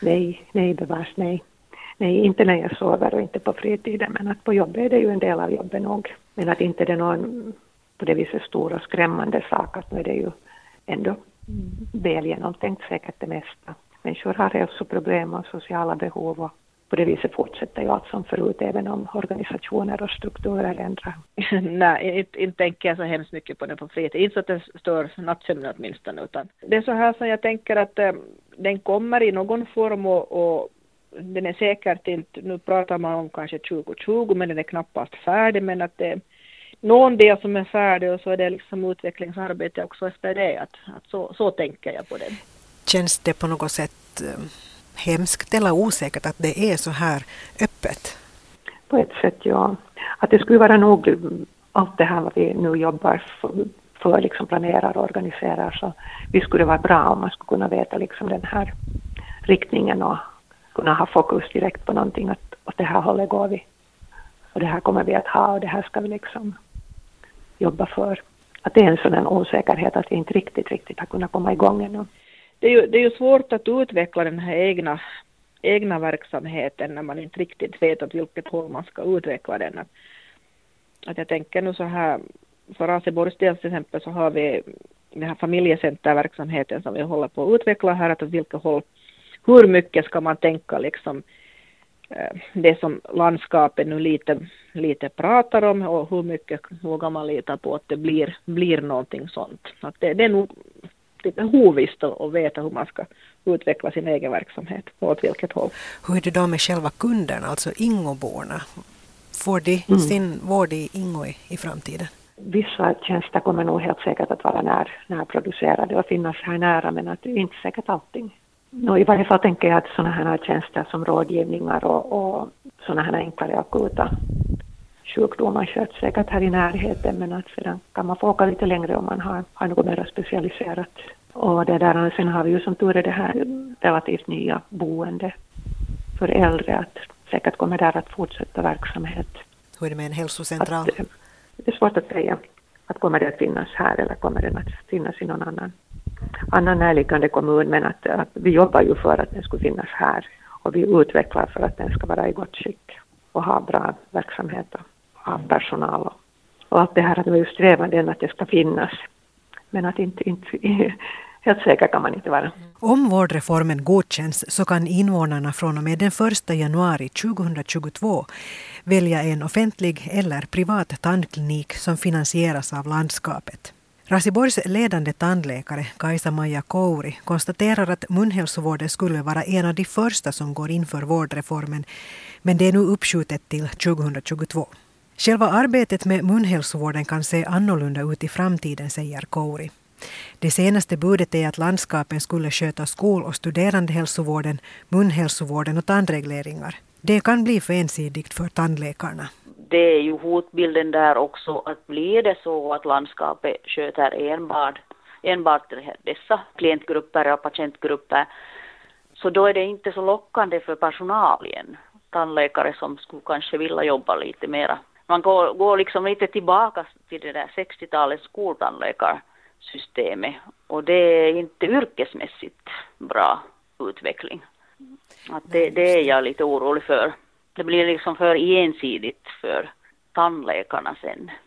Nej, bevars, nej. Nej, inte när jag sover och inte på fritiden, men att på jobbet är det ju en del av jobbet nog. Men att inte det är någon på det viset stor och skrämmande sak, att nu är det ju ändå väl genomtänkt säkert det mesta. Människor har hälsoproblem och sociala behov och på det viset fortsätter ju allt som förut, även om organisationer och strukturer ändrar. Nej, inte tänker jag så hemskt mycket på det på fritid. Inte så att det stör nattsömnen åtminstone, utan det är så här som jag tänker att den kommer i någon form och den är säkert inte, nu pratar man om kanske 2020, men den är knappast färdig, men att det är någon del som är färdig och så är det liksom utvecklingsarbete också efter det, att så tänker jag på det. Känns det på något sätt hemskt eller osäkert att det är så här öppet? På ett sätt, ja. Att det skulle vara nog allt det här vad vi nu jobbar för liksom planerar och organiserar, så vi skulle vara bra om man skulle kunna veta liksom den här riktningen och kunna ha fokus direkt på någonting, att åt det här hållet går vi och det här kommer vi att ha och det här ska vi liksom jobba för. Att det är en sådan osäkerhet att vi inte riktigt har kunnat komma igång ännu. Det är ju svårt att utveckla den här egna verksamheten när man inte riktigt vet åt vilket håll man ska utveckla den. Att jag tänker nu så här, för Raseborgs del till exempel så har vi den här familjecenterverksamheten som vi håller på att utveckla här, att åt vilket håll, hur mycket ska man tänka liksom det som landskapet nu lite pratar om och hur mycket vågar man lita på att det blir någonting sånt. Att det är nog lite ovisst att veta hur man ska utveckla sin egen verksamhet och åt vilket håll. Hur är det då med själva kunderna, alltså Ingoborna? Får de sin vård i Ingo i framtiden? Vissa tjänster kommer nog helt säkert att vara närproducerade och finnas här nära, men att det är inte säkert allting. I varje fall tänker jag att sådana här tjänster som rådgivningar och sådana här enklare akuta sjukdomar sköts säkert här i närheten, men att sedan kan man få åka lite längre om man har något mer specialiserat. Och sen har vi ju som tur är det här relativt nya boende för äldre, att säkert kommer där att fortsätta verksamhet. Hur är det med en hälsocentral? Det är svårt att säga. Att kommer det att finnas här eller kommer det att finnas i någon annan närliggande kommun, men att vi jobbar ju för att den skulle finnas här och vi utvecklar för att den ska vara i gott skick och ha bra verksamhet och ha personal och allt det här, att vi just strävar den att det ska finnas, men att inte helt säker kan man inte vara. Om vårdreformen godkänns så kan invånarna från och med den 1 januari 2022 välja en offentlig eller privat tandklinik som finansieras av landskapet. Raseborgs ledande tandläkare Kaisa-Maja Kouri konstaterar att munhälsovården skulle vara en av de första som går in för vårdreformen, men det är nu uppskjutet till 2022. Själva arbetet med munhälsovården kan se annorlunda ut i framtiden, säger Kouri. Det senaste budet är att landskapen skulle sköta skol- och studerandehälsovården, munhälsovården och tandregleringar. Det kan bli för ensidigt för tandläkarna. Det är ju hotbilden där också, att blir det så att landskapet sköter enbart dessa klientgrupper och patientgrupper, så då är det inte så lockande för personalen, tandläkare som skulle kanske vilja jobba lite mera. Man går liksom lite tillbaka till det där 60-talets skoltandläkarsystemet, och det är inte yrkesmässigt bra utveckling. Att det är jag lite orolig för. Det blir liksom för ensidigt för tandläkarna sen.